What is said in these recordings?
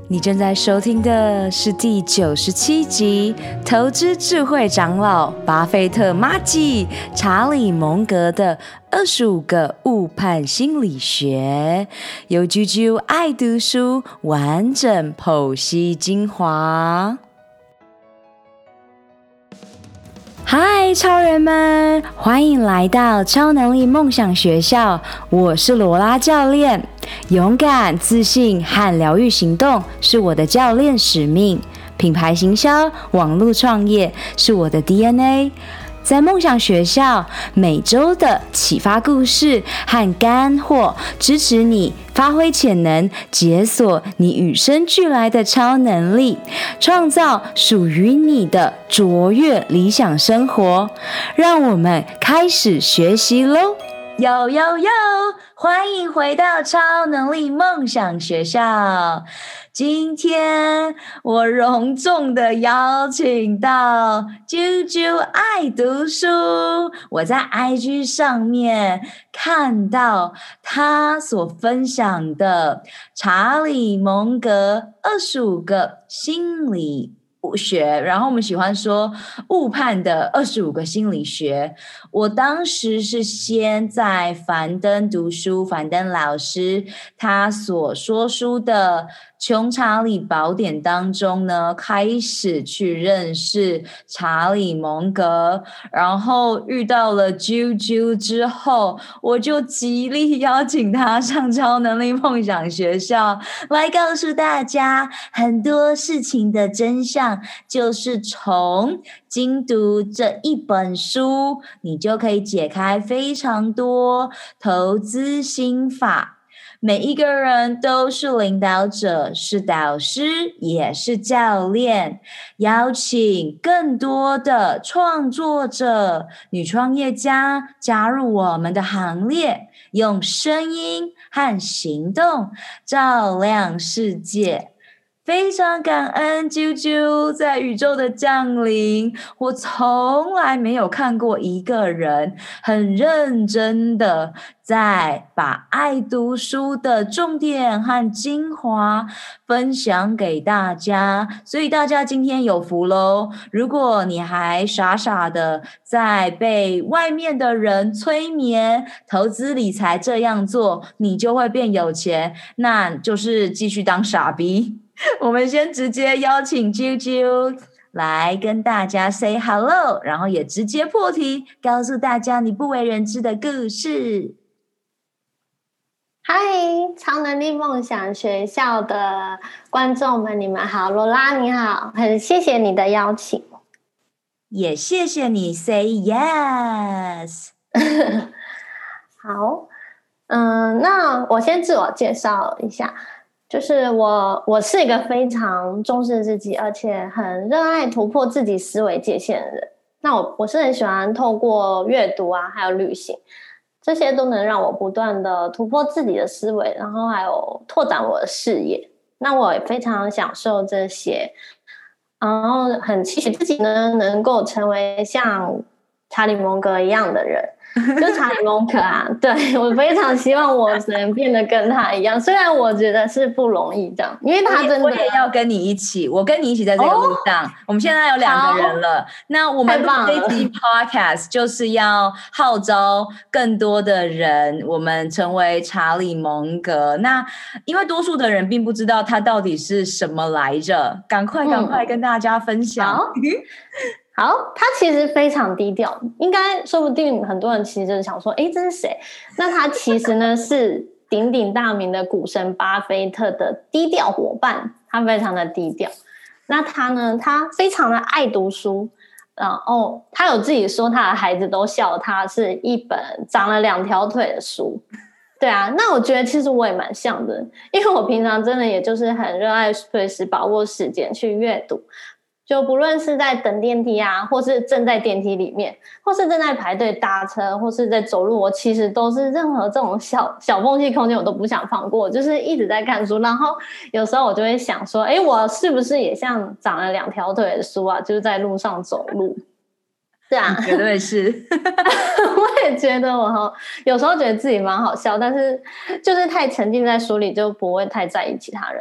你正在收听的是第97集投资智慧长老巴菲特妈吉查理蒙格的25个误判心理学，由啾啾爱读书完整剖析精华。嗨，超人们，欢迎来到超能力梦想学校，我是罗拉教练。勇敢、自信和疗愈行动是我的教练使命，品牌行销、网络创业是我的 DNA。在梦想学校，每周的启发故事和干货，支持你发挥潜能，解锁你与生俱来的超能力，创造属于你的卓越理想生活。让我们开始学习咯！哟哟哟！欢迎回到超能力梦想学校。今天我隆重的邀请到啾啾爱读书，我在 IG 上面看到他所分享的查理蒙格25个心理学，然后我们喜欢说误判的25个心理学。我当时是先在樊登读书，樊登老师他所说书的穷查理宝典当中呢，开始去认识查理蒙格，然后遇到了啾啾之后，我就极力邀请他上超能力梦想学校，来告诉大家很多事情的真相，就是从精读这一本书，你就可以解开非常多投资心法。每一个人都是领导者，是导师，也是教练。邀请更多的创作者、女创业家加入我们的行列，用声音和行动照亮世界。非常感恩啾啾在宇宙的降临，我从来没有看过一个人很认真的在把爱读书的重点和精华分享给大家，所以大家今天有福咯。如果你还傻傻的在被外面的人催眠投资理财这样做你就会变有钱，那就是继续当傻逼。我们先直接邀请啾啾来跟大家 say hello， 然后也直接破题，告诉大家你不为人知的故事。 嗨，超能力梦想学校的观众们，你们好，罗拉你好，很谢谢你的邀请， 也谢谢你 say yes。 好，那我先自我介绍一下，就是我是一个非常重视自己，而且很热爱突破自己思维界限的人。那我是很喜欢透过阅读啊，还有旅行，这些都能让我不断的突破自己的思维，然后还有拓展我的视野。那我也非常享受这些，然后很期许自己呢能够成为像查理蒙格一样的人。就查理蒙格啊，对，我非常希望我能变得跟他一样，虽然我觉得是不容易这样，因为他真的， 我也要跟你一起，我跟你一起在这个路上。我们现在有2个人了，那我们这一集 podcast 就是要号召更多的人，我们成为查理蒙格。那因为多数的人并不知道他到底是什么来着，赶快跟大家分享。 好，他其实非常低调，应该说不定很多人其实想说，这是谁？那他其实呢是鼎鼎大名的股神巴菲特的低调伙伴，他非常的低调。那他呢，他非常的爱读书，然后他有自己说他的孩子都笑他是一本长了2条腿的书。对啊，那我觉得其实我也蛮像的，因为我平常真的也就是很热爱随时把握时间去阅读。就不论是在等电梯啊，或是正在电梯里面，或是正在排队搭车，或是在走路，我其实都是任何这种小缝隙空间我都不想放过，就是一直在看书。然后有时候我就会想说，我是不是也像长了2条腿的书啊，就是在路上走路。对啊， 绝对是。 我也觉得我有时候觉得自己蛮好笑，但是就是太沉浸在书里就不会太在意其他人这样。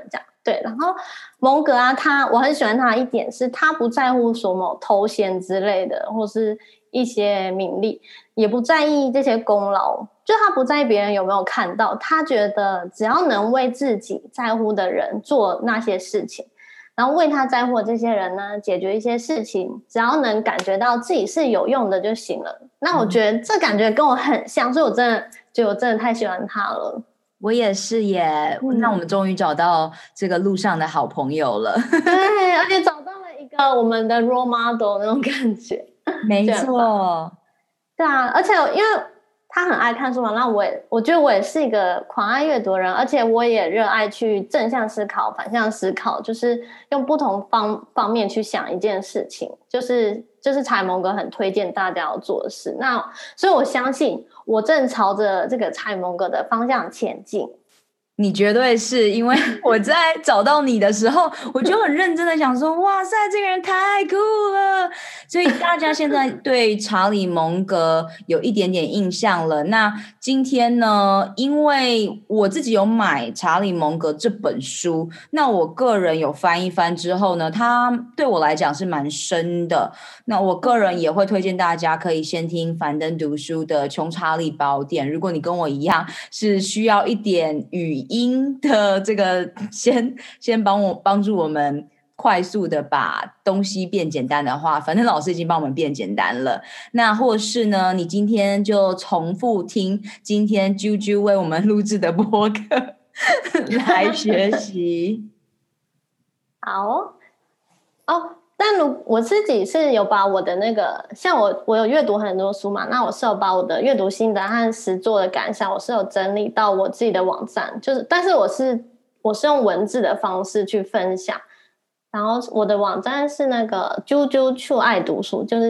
对，然后蒙格啊，我很喜欢他的一点是他不在乎什么头衔之类的，或是一些名利，也不在意这些功劳，就他不在意别人有没有看到，他觉得只要能为自己在乎的人做那些事情，然后为他在乎的这些人呢解决一些事情，只要能感觉到自己是有用的就行了。那我觉得这感觉跟我很像，所以我真的太喜欢他了。 我也是耶，那我们终于找到这个路上的好朋友了。 对，而且找到了一个我们的 role model 那种感觉。 没错。 对啊，而且因为他很爱看书嘛，那我觉得我也是一个狂爱阅读人，而且我也热爱去正向思考、反向思考，就是用不同方面去想一件事情，就是查理蒙格很推荐大家要做的事。那所以我相信我正朝着这个查理蒙格的方向前进。 你绝对是，因为我在找到你的时候，我就很认真的想说，哇塞，这个人太酷了。所以大家现在对查理蒙格有一点点印象了。那今天呢，因为我自己有买查理蒙格这本书，那我个人有翻一翻之后呢，它对我来讲是蛮深的。那我个人也会推荐大家可以先听樊登读书的《穷查理宝典》，如果你跟我一样是需要一点语音的这个先帮助我们快速的把东西变简单的话，反正老师已经帮我们变简单了。那或是呢，你今天就重复听今天啾啾为我们录制的播客来学习。 好哦，但我自己是有把我的那个，像我有阅读很多书嘛，那我是有把我的阅读心得和实作的感想，我是有整理到我自己的网站，但是我是用文字的方式去分享。然后我的网站是那个啾啾chu爱读书，就是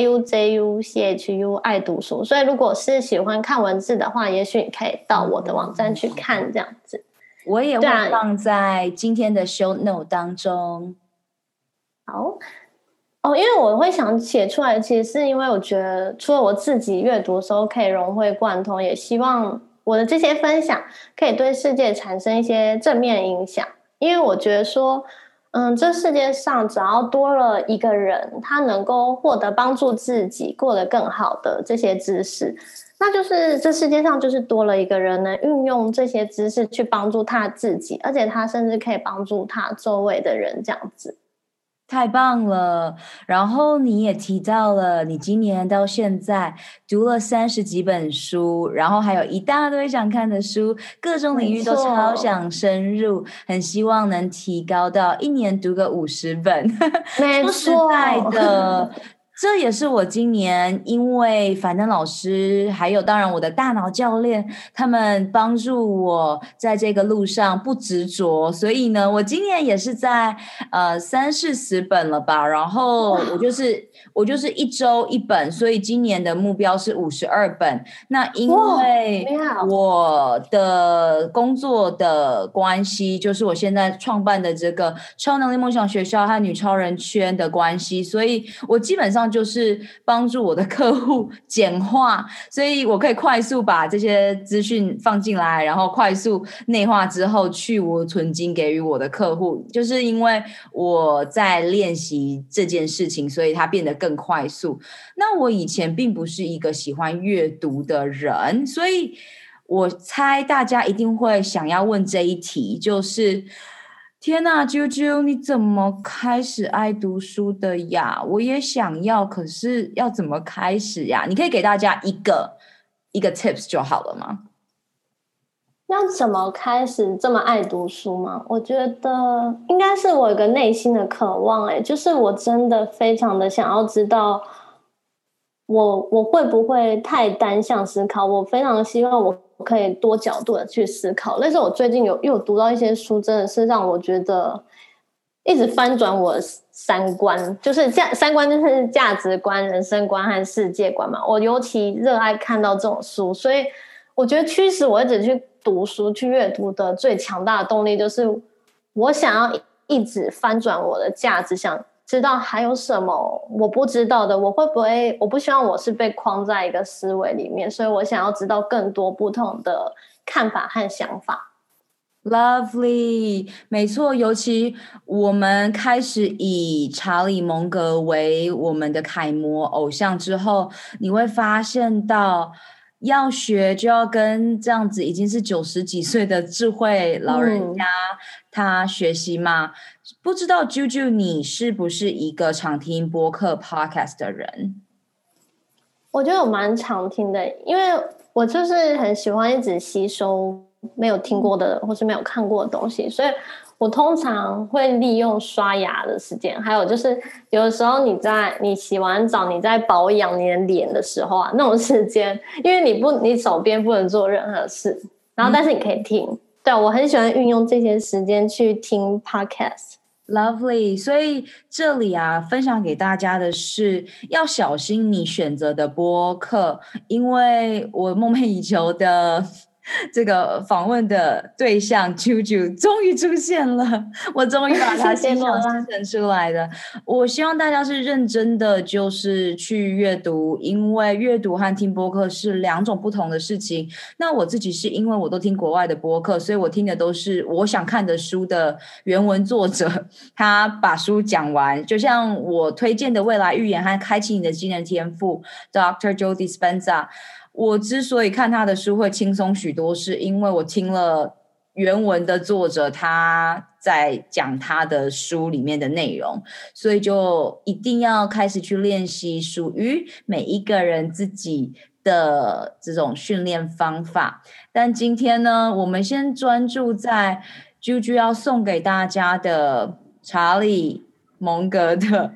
JUJUCHU 爱读书，所以如果是喜欢看文字的话，也许你可以到我的网站去看这样子。 我也会放在今天的 show note 当中。 好哦，因为我会想写出来，其实是因为我觉得除了我自己阅读的时候可以融会贯通，也希望我的这些分享可以对世界产生一些正面影响。因为我觉得说这世界上只要多了一个人，他能够获得帮助自己过得更好的这些知识，那就是这世界上就是多了一个人能运用这些知识去帮助他自己，而且他甚至可以帮助他周围的人这样子。 太棒了！然后你也提到了，你今年到现在读了30几本书，然后还有一大堆想看的书，各种领域都超想深入，很希望能提高到一年读个50本。 没错， 说实在的。这也是我今年因为樊登老师还有当然我的大脑教练他们帮助我在这个路上不执着，所以呢我今年也是在30-40本了吧，然后我就是一周一本，所以今年的目标是52本。那因为我的工作的关系，就是我现在创办的这个超能力梦想学校和女超人圈的关系，所以我基本上就是帮助我的客户简化，所以我可以快速把这些资讯放进来，然后快速内化之后去无存菁给予我的客户，就是因为我在练习这件事情，所以它变得更快速。那我以前并不是一个喜欢阅读的人，所以我猜大家一定会想要问这一题，就是天哪，啾啾，你怎么开始爱读书的呀？我也想要，可是要怎么开始呀？你可以给大家一个 tips 就好了吗？ 要怎么开始这么爱读书吗？我觉得应该是我有个内心的渴望，就是我真的非常的想要知道我会不会太单向思考，我非常希望我可以多角度的去思考。但是我最近有读到一些书，真的是让我觉得一直翻转我的三观，就是三观就是价值观、人生观和世界观嘛。我尤其热爱看到这种书，所以我觉得驱使我一直去读书、去阅读的最强大的动力，就是我想要一直翻转我的价值，想知道还有什么我不知道的，我不希望我是被框在一个思维里面，所以我想要知道更多不同的看法和想法。 Lovely，没错，尤其我们开始以查理蒙格为我们的楷模偶像之后，你会发现到要学就要跟这样子已经是90几岁的智慧老人家他学习嘛。不知道啾啾你是不是一个常听播客 podcast 的人？ 我觉得我蛮常听的，因为我就是很喜欢一直吸收没有听过的或是没有看过的东西，所以我通常会利用刷牙的时间，还有就是有的时候你洗完澡你在保养你的脸的时候啊，那种时间，因为你手边不能做任何事，然后但是你可以听，对，我很喜欢运用这些时间去听 podcast。Lovely， 所以这里啊，分享给大家的是要小心你选择的播客，因为我梦寐以求的这个访问的对象啾啾终于出现了，我终于把它心想事成出来的。我希望大家是认真的，就是去阅读，因为阅读和听播客是2种不同的事情。那我自己是因为我都听国外的播客，所以我听的都是我想看的书的原文作者，他把书讲完。就像我推荐的《未来预言》和《开启你的惊人天赋》Dr. Joe Dispenza，我之所以看他的书会轻松许多，是因为我听了原文的作者他在讲他的书里面的内容，所以就一定要开始去练习属于每一个人自己的这种训练方法。但今天呢，我们先专注在啾啾要送给大家的查理蒙格的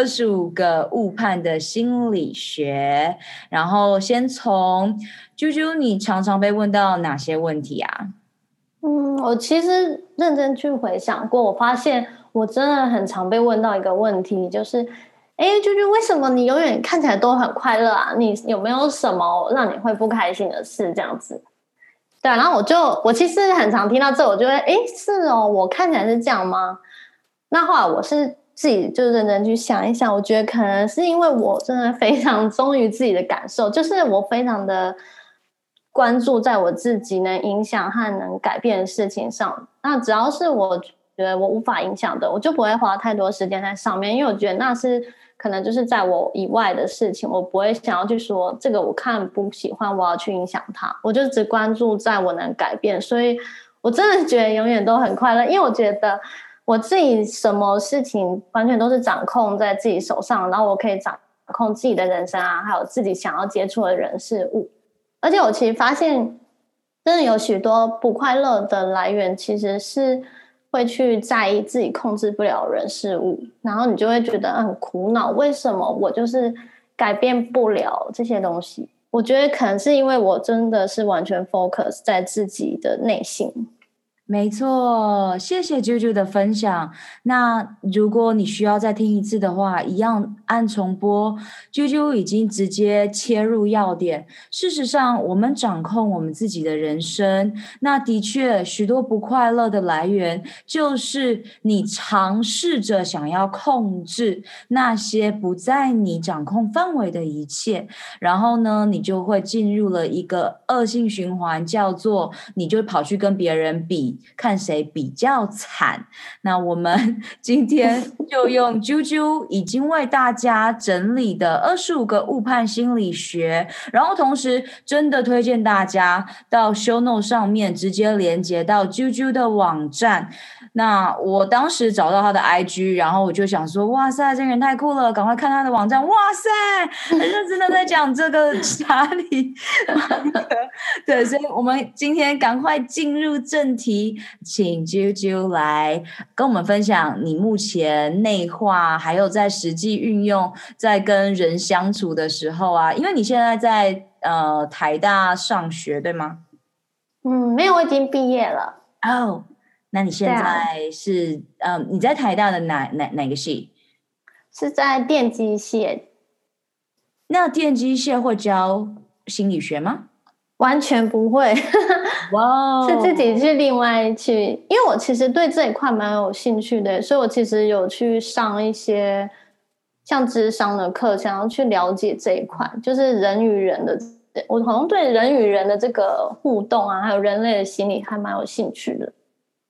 25个误判的心理学，然后先从啾啾，你常常被问到哪些问题啊？ 我其实认真去回想过，我发现我真的很常被问到一个问题，就是啾啾，为什么你永远看起来都很快乐啊？你有没有什么让你会不开心的事？这样子。对，然后我其实很常听到这，我就会是哦，我看起来是这样吗？那后来我是自己就认真去想一想，我觉得可能是因为我真的非常忠于自己的感受，就是我非常的关注在我自己能影响和能改变的事情上。那只要是我觉得我无法影响的，我就不会花太多时间在上面，因为我觉得那是可能就是在我以外的事情，我不会想要去说这个我看不喜欢，我要去影响它，我就只关注在我能改变。所以我真的觉得永远都很快乐，因为我觉得我自己什么事情完全都是掌控在自己手上，然后我可以掌控自己的人生啊，还有自己想要接触的人事物。而且我其实发现真的有许多不快乐的来源其实是会去在意自己控制不了人事物，然后你就会觉得很苦恼，为什么我就是改变不了这些东西。我觉得可能是因为我真的是完全 focus 在自己的内心。 没错，谢谢啾啾的分享。那如果你需要再听一次的话，一样按重播。啾啾已经直接切入要点。事实上，我们掌控我们自己的人生。那的确，许多不快乐的来源，就是你尝试着想要控制那些不在你掌控范围的一切，然后呢，你就会进入了一个恶性循环，叫做你就跑去跟别人比。看谁比较惨。那我们今天就用啾啾已经为大家整理的25个误判心理学，然后同时真的推荐大家到 show note 上面直接连接到啾啾的网站。那我当时找到他的 IG， 然后我就想说，哇塞，这个人太酷了，赶快看他的网站。哇塞，很认真的在讲这个查理。对，所以我们今天赶快进入正题，请啾啾来跟我们分享你目前内化还有在实际运用在跟人相处的时候啊，因为你现在在台大上学对吗？ 没有，我已经毕业了。 哦，那你现在是你在台大的哪个系？ 是在电机系。 那电机系会教心理学吗？ 完全不会。 哇， 是自己去另外去，因为我其实对这一块蛮有兴趣的，所以我其实有去上一些像諮商的课，想要去了解这一块，就是人与人的，我好像对人与人的这个互动啊，还有人类的心理还蛮有兴趣的。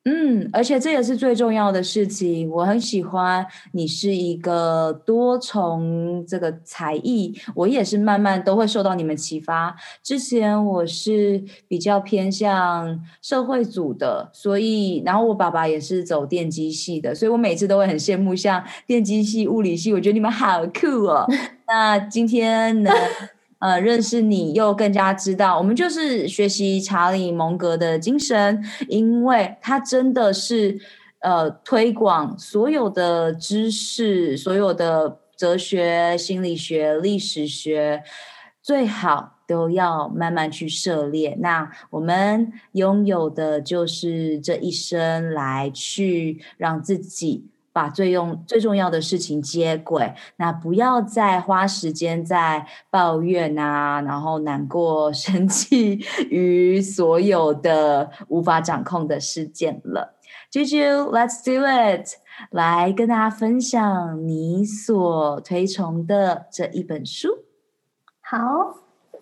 而且这也是最重要的事情。我很喜欢你是一个多重这个才艺，我也是慢慢都会受到你们启发。之前我是比较偏向社会组的，所以然后我爸爸也是走电机系的，所以我每次都会很羡慕像电机系、物理系，我觉得你们好酷哦。那今天呢？认识你又更加知道，我们就是学习查理蒙格的精神，因为他真的是推广所有的知识，所有的哲学、心理学、历史学，最好都要慢慢去涉猎。那我们拥有的就是这一生来去让自己把最重要的事情接轨，那不要再花时间在抱怨啊，然后难过、生气于所有的无法掌控的事件了。Juju，let's do it！来跟大家分享你所推崇的这一本书。 好，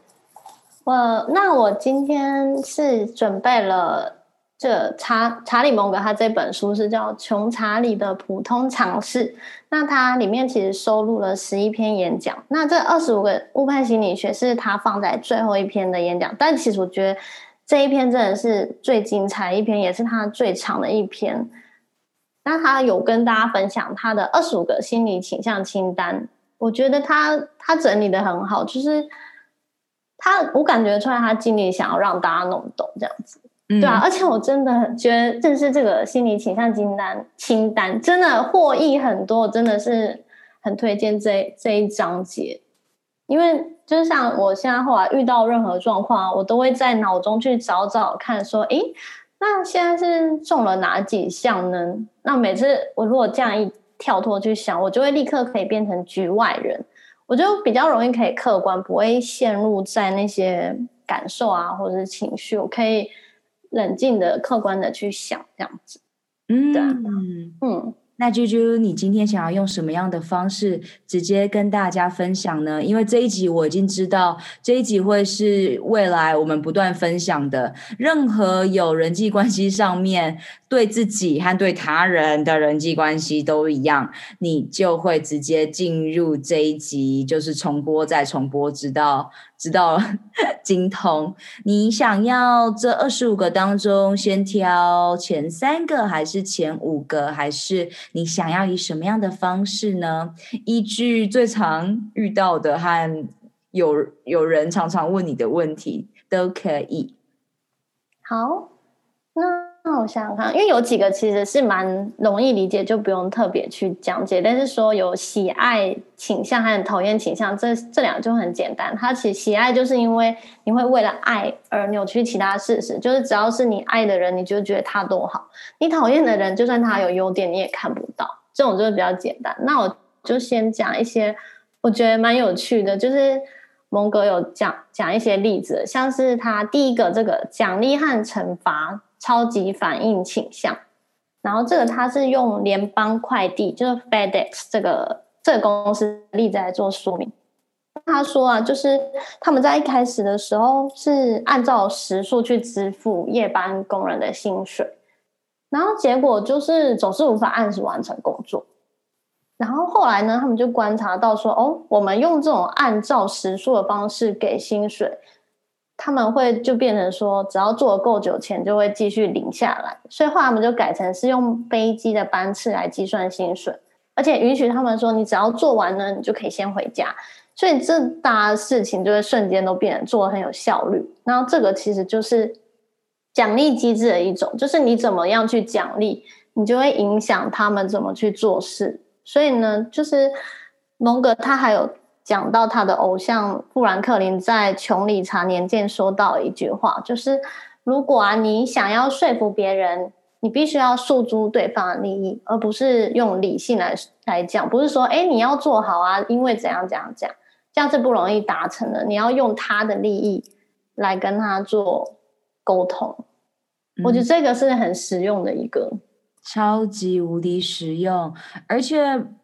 我今天是准备了这查理蒙格他这本书是叫《穷查理的普通常识》，那它里面其实收录了11篇演讲，那这25个误判心理学是他放在最后一篇的演讲，但其实我觉得这一篇真的是最精彩的一篇，也是他最长的一篇。那他有跟大家分享他的25个心理倾向清单，我觉得他整理的很好，就是我感觉出来他尽力想要让大家弄懂这样子。对啊，而且我真的觉得认识这个心理倾向清单真的获益很多，真的是很推荐这一章节。因为就像我现在后来遇到任何状况，我都会在脑中去找看说，那现在是中了哪几项呢？那每次我如果这样一跳脱去想，我就会立刻可以变成局外人，我就比较容易可以客观，不会陷入在那些感受啊或者是情绪，我可以冷静的客观的去想这样子。对啊， 那啾啾，你今天想要用什么样的方式直接跟大家分享呢？因为这一集我已经知道，这一集会是未来我们不断分享的，任何有人际关系上面对自己和对他人的人际关系都一样，你就会直接进入这一集，就是重播再重播，直到精通。你想要这25个当中先挑前3个，还是前5个，还是你想要以什么样的方式呢？依据最常遇到的和有人常常问你的问题都可以。 好，那我想想看，因为有几个其实是蛮容易理解，就不用特别去讲解。但是说有喜爱倾向和讨厌倾向，这两个就很简单。它其实喜爱就是因为你会为了爱而扭曲其他事实，就是只要是你爱的人，你就觉得他多好；你讨厌的人，就算他有优点，你也看不到。这种就是比较简单。那我就先讲一些我觉得蛮有趣的，就是蒙格有讲一些例子，像是他第一个这个奖励和惩罚超级反应倾向，然后这个他是用联邦快递，就是 FedEx 这个公司的例子来做说明。他说啊，就是他们在一开始的时候是按照时数去支付夜班工人的薪水，然后结果就是总是无法按时完成工作。然后后来呢，他们就观察到说，我们用这种按照时数的方式给薪水，他们会就变成说，只要做得够久，钱就会继续领下来。所以后来他们就改成是用飞机的班次来计算薪水，而且允许他们说，你只要做完呢，你就可以先回家。所以这大事情就会瞬间都变得做得很有效率。然后这个其实就是奖励机制的一种，就是你怎么样去奖励，你就会影响他们怎么去做事。所以呢，就是蒙格他还有讲到他的偶像富兰克林在《穷理查年鉴》说到一句话，就是如果你想要说服别人，你必须要诉诸对方的利益，而不是用理性来讲，不是说你要做好啊，因为怎样怎样怎样，这样是不容易达成的。你要用他的利益来跟他做沟通，我觉得这个是很实用的一个。 超级无敌实用，而且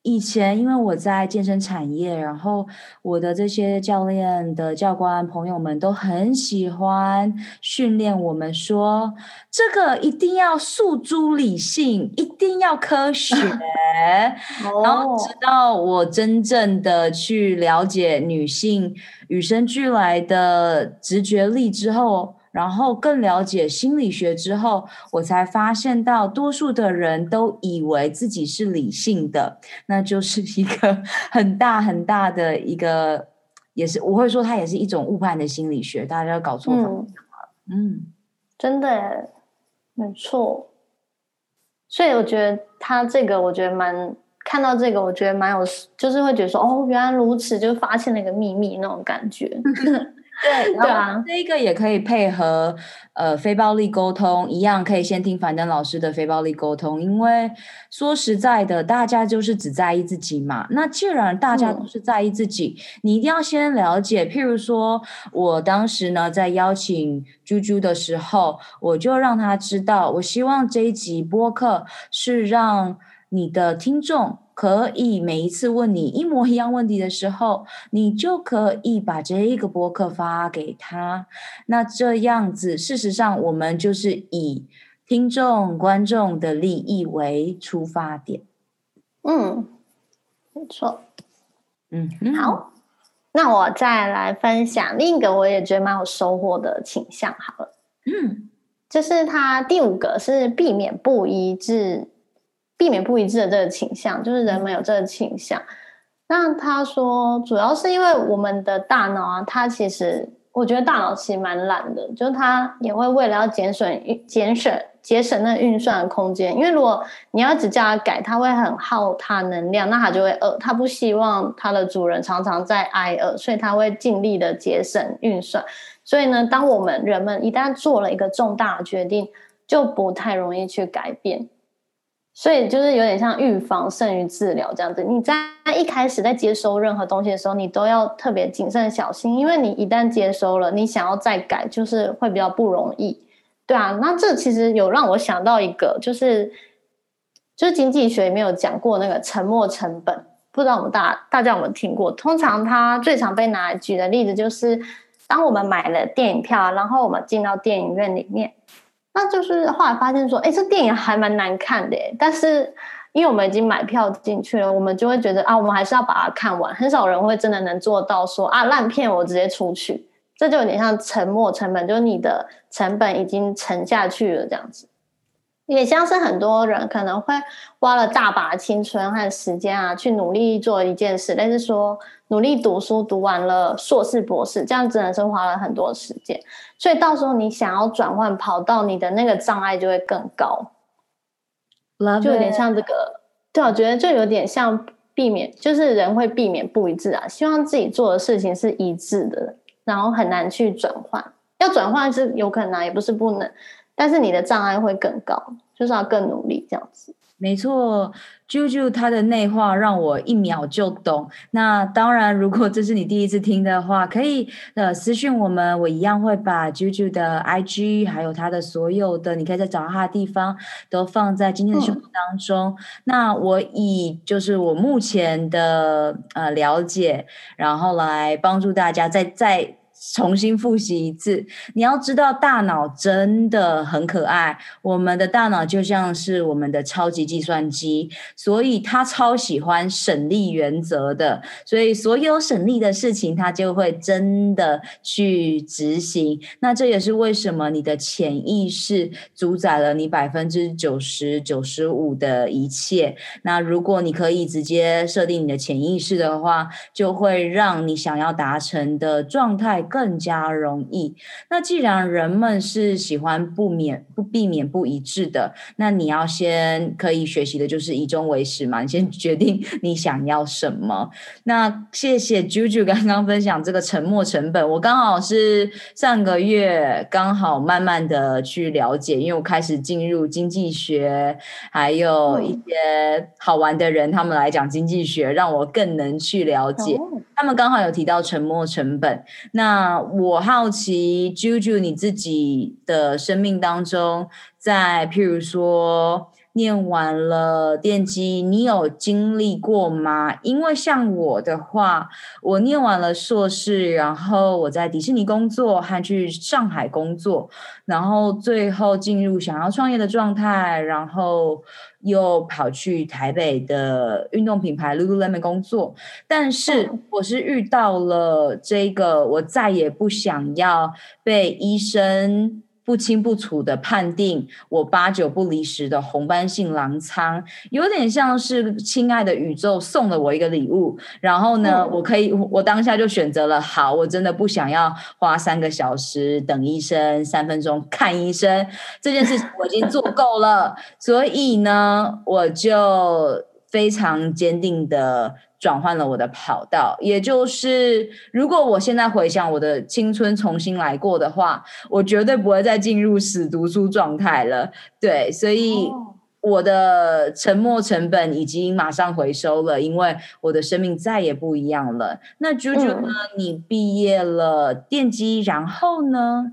以前因为我在健身产业，然后我的这些教练的教官朋友们都很喜欢训练我们说，这个一定要诉诸理性，一定要科学。然后直到我真正的去了解女性与生俱来的直觉力之后，然后更了解心理学之后，我才发现到多数的人都以为自己是理性的，那就是一个很大很大的一个，也是我会说它也是一种误判的心理学，大家要搞错方向了。 真的耶，没错。所以我觉得他这个，我觉得看到这个，我觉得蛮有，就是会觉得说，哦，原来如此，就发现了一个秘密那种感觉。 对，对啊，这一个也可以配合非暴力沟通，一样可以先听樊登老师的非暴力沟通，因为说实在的，大家就是只在意自己嘛。那既然大家都是在意自己，你一定要先了解。譬如说，我当时呢在邀请啾啾的时候，我就让他知道，我希望这一集播客是让你的听众可以每一次问你一模一样问题的时候，你就可以把这一个播客发给他。那这样子，事实上我们就是以听众、观众的利益为出发点。 没错。好，那我再来分享另一个我也觉得蛮有收获的倾向好了。就是它第5个是避免不一致的这个倾向，就是人们有这个倾向。那他说主要是因为我们的大脑啊，它其实我觉得大脑其实蛮懒的，就是它也会为了要节省那运算的空间，因为如果你要一直叫它改，它会很耗它能量，那它就会饿，它不希望它的主人常常在挨饿，所以它会尽力的节省运算。所以呢，当人们一旦做了一个重大的决定，就不太容易去改变。所以就是有点像预防胜于治疗这样子，你在一开始在接收任何东西的时候，你都要特别谨慎小心，因为你一旦接收了，你想要再改就是会比较不容易。对啊，那这其实有让我想到一个，就是经济学里面有讲过那个沉没成本，不知道我们大家有没有听过？通常它最常被拿来举的例子就是，当我们买了电影票，然后我们进到电影院里面，那就是后来发现说，这电影还蛮难看的耶，但是因为我们已经买票进去了，我们就会觉得我们还是要把它看完，很少人会真的能做到说烂片我直接出去，这就有点像沉没成本，就是你的成本已经沉下去了这样子。也像是很多人可能会花了大把青春和时间去努力做一件事，类似说努力读书，读完了硕士博士，这样真的是花了很多时间，所以到时候你想要转换跑道，你的那个障碍就会更高。就有点像这个，对，我觉得就有点像避免，就是人会避免不一致希望自己做的事情是一致的，然后很难去转换。要转换是有可能也不是不能，但是你的障碍会更高，就是要更努力这样子。 没错，啾啾他的内化让我一秒就懂。那当然，如果这是你第一次听的话，可以私讯我们，我一样会把啾啾的 IG 还有他的所有的你可以再找他的地方都放在今天的show notes当中。那我以就是我目前的了解，然后来帮助大家再重新复习一次。你要知道大脑真的很可爱，我们的大脑就像是我们的超级计算机，所以它超喜欢省力原则的，所以所有省力的事情它就会真的去执行。那这也是为什么你的潜意识主宰了你90%、95%的一切。那如果你可以直接设定你的潜意识的话，就会让你想要达成的状态更加容易。那既然人们是喜欢避免不一致的，那你要先可以学习的就是以终为始嘛，你先决定你想要什么。那谢谢 Juju 刚刚分享这个沉没成本，我刚好是上个月刚好慢慢的去了解，因为我开始进入经济学，还有一些好玩的人他们来讲经济学，让我更能去了解。他们刚好有提到沉没成本，那我好奇 Juju 你自己的生命当中，在譬如说念完了电机，你有经历过吗？因为像我的话，我念完了硕士，然后我在迪士尼工作，还去上海工作，然后最后进入想要创业的状态，然后又跑去台北的运动品牌 Lululemon 工作。但是我是遇到了这个，我再也不想要被医生不清不楚的判定我八九不离十的红斑性狼疮，有点像是亲爱的宇宙送了我一个礼物。然后呢，我当下就选择了好，我真的不想要花3个小时等医生，3分钟看医生，这件事情我已经做够了。所以呢，我就非常坚定的转换了我的跑道，也就是如果我现在回想我的青春重新来过的话，我绝对不会再进入死读书状态了。对，所以我的沉没成本已经马上回收了，因为我的生命再也不一样了。那啾啾呢？你毕业了电机，然后呢？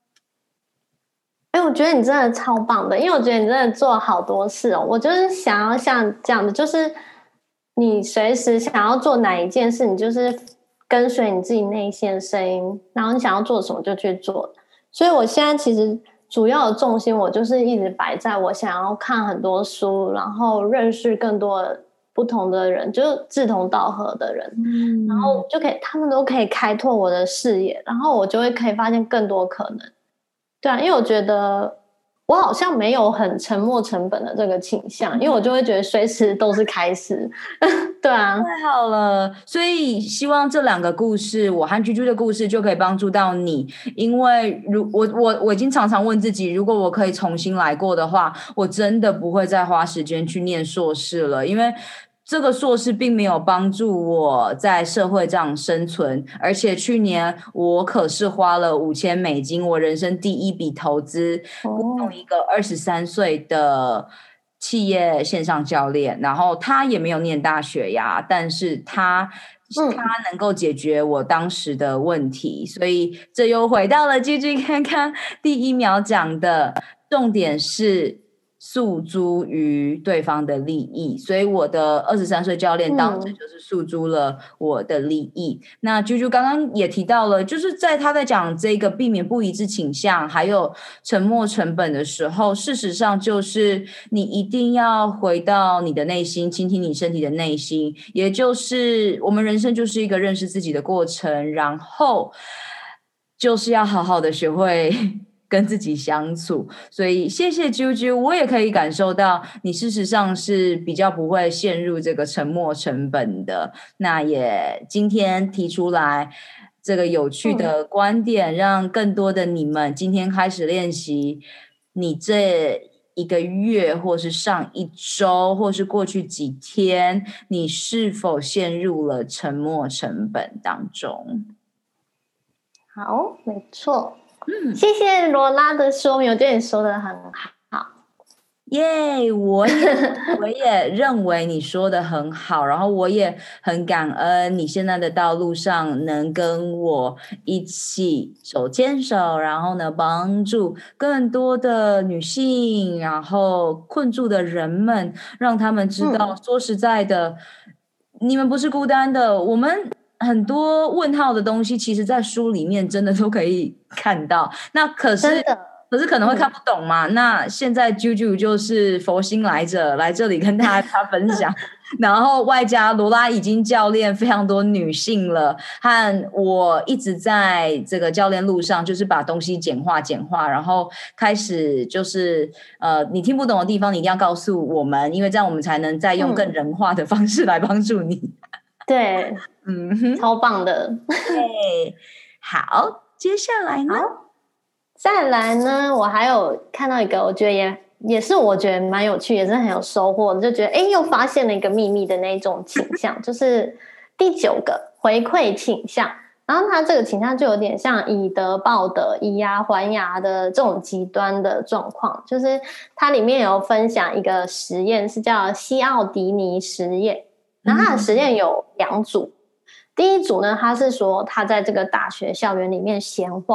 我觉得你真的超棒的，因为我觉得你真的做了好多事哦。我就是想要像这样的，就是你随时想要做哪一件事，你就是跟随你自己内心的声音，然后你想要做什么就去做。所以我现在其实主要的重心，我就是一直摆在我想要看很多书，然后认识更多不同的人，就是志同道合的人，然后就可以，他们都可以开拓我的视野，然后我就会可以发现更多可能。对啊，因为我觉得我好像没有很沉没成本的这个倾向，因为我就会觉得随时都是开始。对啊， 太好了，所以希望这2个故事，我和居居的故事就可以帮助到你。因为我已经常常问自己，如果我可以重新来过的话，我真的不会再花时间去念硕士了，因为这个硕士并没有帮助我在社会上生存，而且去年我可是花了$5000，我人生第一笔投资，雇佣一个23岁的企业线上教练，然后他也没有念大学呀，但是他能够解决我当时的问题，所以这又回到了继续看看第1秒讲的重点是诉诸于对方的利益，所以我的23岁教练当时就是诉诸了我的利益。那啾啾刚刚也提到了，就是他在讲这个避免不一致倾向还有沉没成本的时候，事实上就是你一定要回到你的内心，倾听你身体的内心，也就是我们人生就是一个认识自己的过程，然后就是要好好的学会跟自己相处。所以谢谢啾啾，我也可以感受到你事实上是比较不会陷入这个沉没成本的。那也今天提出来这个有趣的观点，让更多的你们今天开始练习，你这1个月或是上1周或是过去几天，你是否陷入了沉没成本当中。 好，没错。谢谢罗拉的说明，我觉得你说的很好。 耶，我也认为你说的很好，然后我也很感恩你现在的道路上能跟我一起手牵手，然后呢帮助更多的女性，然后困住的人们，让他们知道，说实在的，你们不是孤单的，我们很多问号的东西，其实在书里面真的都可以看到。那可是可能会看不懂嘛。那现在啾啾就是佛心来着，来这里跟大家分享。然后外加罗拉已经教练非常多女性了，和我一直在这个教练路上，就是把东西简化，然后开始就是你听不懂的地方，你一定要告诉我们，因为这样我们才能再用更人化的方式来帮助你。 对，超棒的。 对，好，接下来呢？ 再来呢，我还有看到一个，我觉得也是我觉得蛮有趣，也是很有收获的，就觉得又发现了一个秘密的那种倾向，就是第9个回馈倾向。然后它这个倾向就有点像以德报德、以牙还牙的这种极端的状况，就是它里面有分享一个实验，是叫西奥迪尼实验。然后他的实验有2组，第一组呢，他是说他在这个大学校园里面闲晃，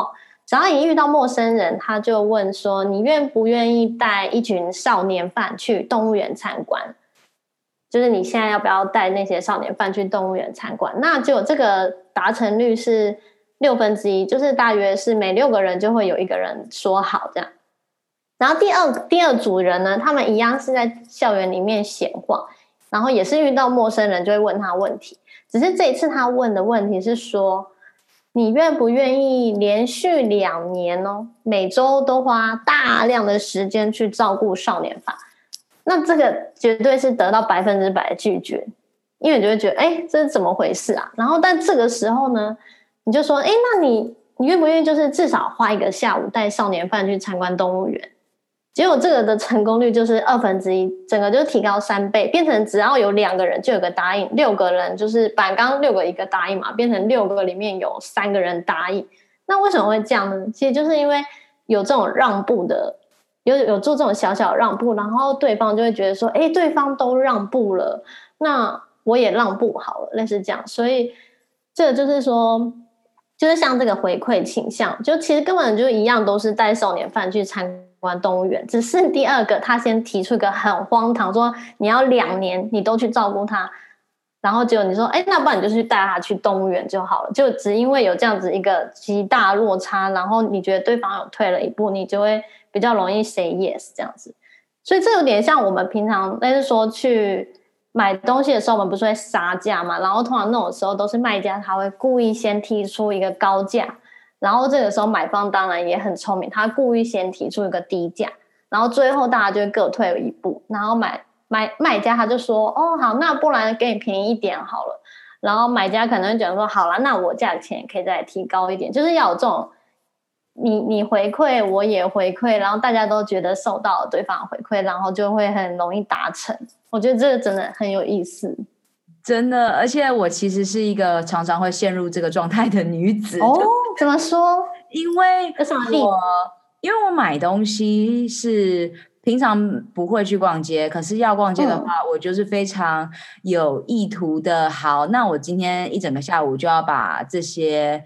只要一遇到陌生人，他就问说：“你愿不愿意带一群少年犯去动物园参观？就是你现在要不要带那些少年犯去动物园参观？”那就这个达成率是1/6，就是大约是每6个人就会有1个人说好这样。然后第二组人呢，他们一样是在校园里面闲晃，然后也是遇到陌生人就会问他问题，只是这一次他问的问题是说，你愿不愿意连续2年哦，每周都花大量的时间去照顾少年犯？那这个绝对是得到100%的拒绝，因为你就会觉得，这是怎么回事啊？然后，但这个时候呢，你就说，那你愿不愿意就是至少花1个下午带少年犯去参观动物园？结果这个的成功率就是1/2，整个就提高3倍，变成只要有2个人就有个答应，6个人就是刚刚6个1个答应嘛，变成6个里面有3个人答应。那为什么会这样呢？其实就是因为有这种让步的，有做这种小小的让步，然后对方就会觉得说，对方都让步了，那我也让步好了，类似这样。所以这个就是说，就是像这个回馈倾向，就其实根本就一样，都是带少年犯去参观动物园，只是第2个他先提出一个很荒唐，说你要2年你都去照顾他，然后结果你说那不然你就去带他去动物园就好了，就只因为有这样子一个极大落差，然后你觉得对方有退了一步，你就会比较容易 say yes 这样子。所以这有点像我们平常类似说去买东西的时候，我们不是会杀价嘛，然后通常那种时候都是卖家他会故意先提出一个高价，然后这个时候买方当然也很聪明，他故意先提出一个低价，然后最后大家就会各退一步，然后卖家他就说好，那不然给你便宜一点好了，然后买家可能会觉得说好啦，那我价钱可以再提高一点，就是要有这种你回馈我也回馈，然后大家都觉得受到对方回馈，然后就会很容易达成。我觉得这个真的很有意思， 真的。而且我其实是一个常常会陷入这个状态的女子。 怎么说？ 因为有什么例子？ 因为我买东西是平常不会去逛街，可是要逛街的话，我就是非常有意图的。好，那我今天一整个下午就要把这些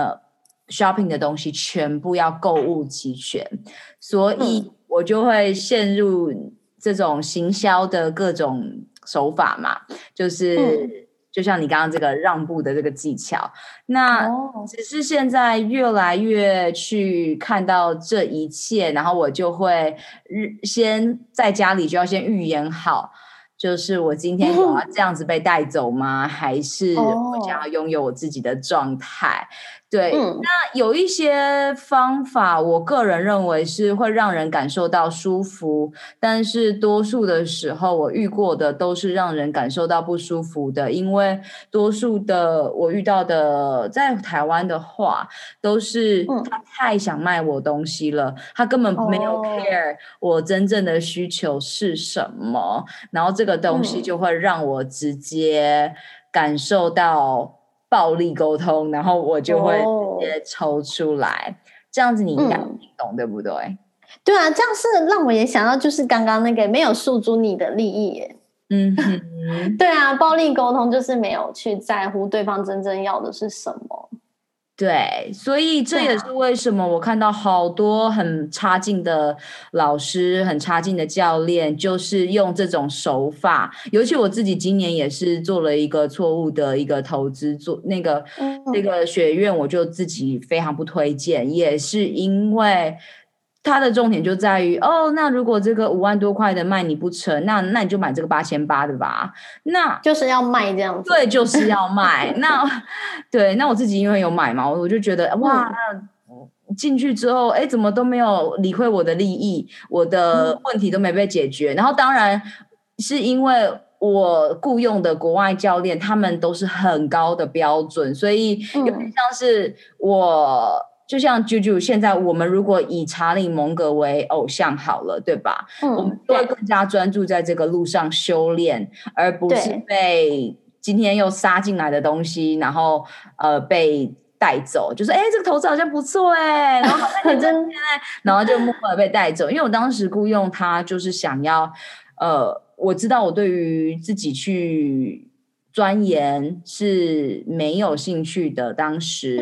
shopping 的东西全部要购物齐全，所以我就会陷入这种行销的各种手法嘛，就是就像你刚刚这个让步的这个技巧，那只是现在越来越去看到这一切，然后我就会先在家里就要先预言好，就是我今天有要这样子被带走吗？还是我想要拥有我自己的状态？对，那有一些方法，我个人认为是会让人感受到舒服，但是多数的时候我遇过的都是让人感受到不舒服的，因为多数的我遇到的在台湾的话，都是他太想卖我东西了，他根本没有 care 我真正的需求是什么，然后这个东西就会让我直接感受到暴力沟通，然后我就会直接抽出来，这样子你应该懂，对不对？ 对啊，这样是让我也想到就是刚刚那个没有诉诸你的利益耶。对啊，暴力沟通就是没有去在乎对方真正要的是什么。 对，所以这也是为什么我看到好多很差劲的老师、很差劲的教练，就是用这种手法。尤其我自己今年也是做了一个错误的一个投资，做那个学院，我就自己非常不推荐，也是因为它的重点就在于那如果这个5万多块的卖你不成，那你就买这个8800的吧，那就是要卖这样子。 对，就是要卖。那我自己因为有买嘛，我就觉得哇，进去之后怎么都没有理会我的利益，我的问题都没被解决。然后当然是因为我雇用的国外教练他们都是很高的标准，所以有点像是就像 Juju 现在我们如果以查理蒙格为偶像好了，对吧？我们都会更加专注在这个路上修炼，而不是被今天又杀进来的东西然后被带走，就是这个投资好像不错然后好像真然后就默默的被带走。因为我当时雇用他就是想要我知道我对于自己去钻研是没有兴趣的，当时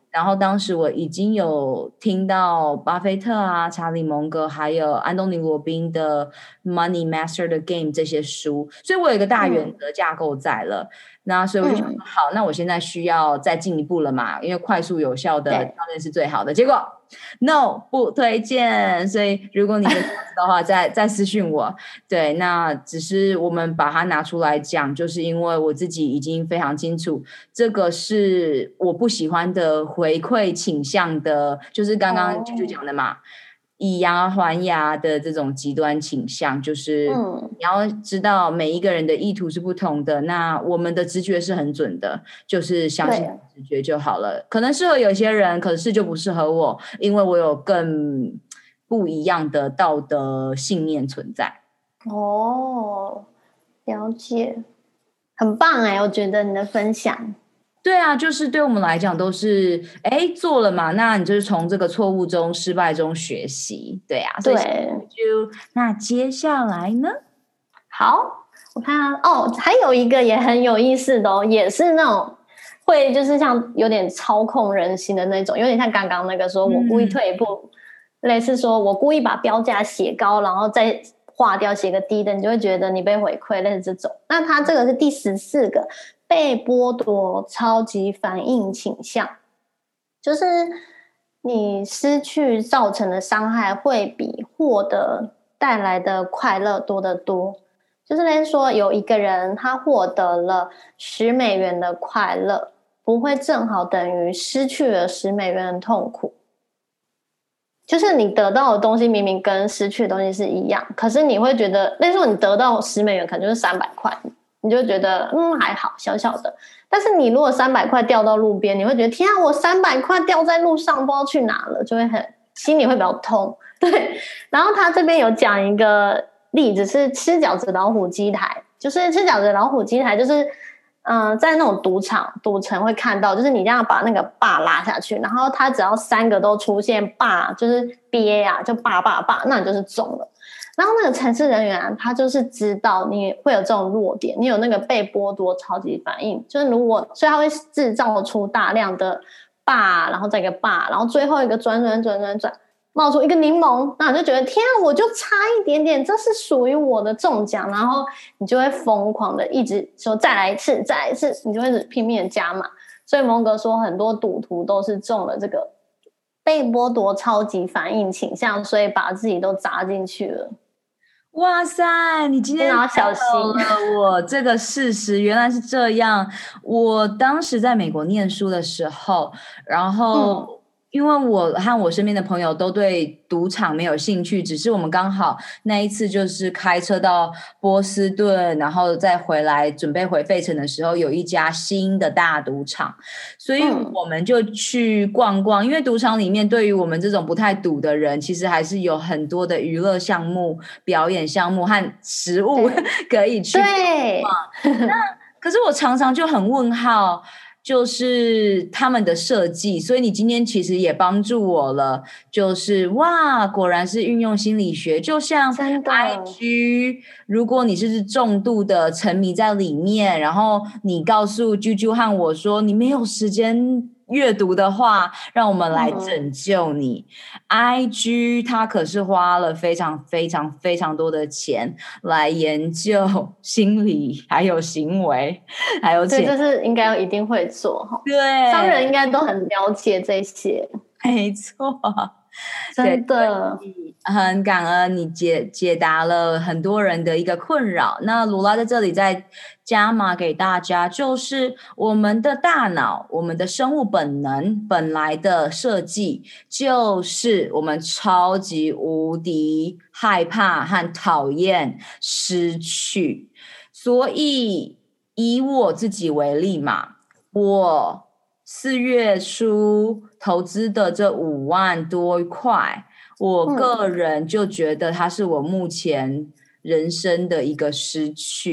然后当时我已经有听到巴菲特啊、查理蒙格还有安东尼罗宾的 Money Master the Game 这些书，所以我有一个大原则架构在了。那所以我就想说，好，那我现在需要再进一步了嘛，因为快速有效的教练是最好的。结果 No 不推荐，所以如果你真的知道的话，再私讯我。对，那只是我们把它拿出来讲，就是因为我自己已经非常清楚，这个是我不喜欢的回馈倾向的，就是刚刚就讲的嘛。以牙还牙的这种极端倾向，就是你要知道每一个人的意图是不同的，那我们的直觉是很准的，就是相信直觉就好了。可能适合有些人，可是就不适合我，因为我有更不一样的道德信念存在。 哦，了解，很棒哎，我觉得你的分享。 对啊，就是对我们来讲都是做了嘛，那你就是从这个错误中、失败中学习，对啊。 对， 那接下来呢？ 好，我看还有一个也很有意思的也是那种会就是像有点操控人心的那种，有点像刚刚那个说我故意退一步，类似说我故意把标价写高，然后再划掉写个低的，你就会觉得你被回馈，类似这种。那它这个是第14个。被剥夺超级反应倾向，就是你失去造成的伤害会比获得带来的快乐多得多。就是类似说有一个人他获得了$10的快乐，不会正好等于失去了$10的痛苦。就是你得到的东西明明跟失去的东西是一样，可是你会觉得类似说你得到$10可能就是300块，你就觉得还好小小的，但是你如果300块掉到路边，你会觉得天啊，我300块掉在路上不知道去哪了，就会心里会比较痛。对，然后他这边有讲一个例子是吃饺子老虎机台，就是吃饺子老虎机台就是在那种赌场赌城会看到，就是你这样把那个霸拉下去，然后他只要3个都出现霸，就是憋啊，就霸，那你就是中了。然后那个程式人员他就是知道你会有这种弱点，你有那个被剥夺超级反应，就是所以他会制造出大量的霸，然后再一个霸，然后最后一个转冒出一个柠檬，那你就觉得天啊，我就差一点点，这是属于我的中奖，然后你就会疯狂的一直说再来一次，你就会拼命的加码。所以蒙格说很多赌徒都是中了这个被剥夺超级反应倾向，所以把自己都砸进去了。 哇塞，你今天要小心了我这个事实原来是这样。我当时在美国念书的时候，然后因为我和我身边的朋友都对赌场没有兴趣，只是我们刚好那一次就是开车到波士顿，然后再回来准备回费城的时候，有一家新的大赌场，所以我们就去逛逛。因为赌场里面对于我们这种不太赌的人，其实还是有很多的娱乐项目、表演项目和食物可以去逛。那可是我常常就很问号，就是他们的设计，所以你今天其实也帮助我了，就是哇，果然是运用心理学，就像 IG， 如果你是重度的沉迷在里面，然后你告诉啾啾和我说你没有时间阅读的话，让我们来拯救你。IG 它可是花了非常非常非常多的钱来研究心理，还有行为，还有对，就是应该一定会做哈。 对， 商人应该都很了解这些， 没错。 真的很感恩你解答了很多人的一个困扰。那罗拉在这里再加码给大家，就是我们的大脑，我们的生物本能本来的设计就是我们超级无敌害怕和讨厌失去。所以以我自己为例嘛，我4月初投资的这5万多块，我个人就觉得它是我目前人生的一个失去，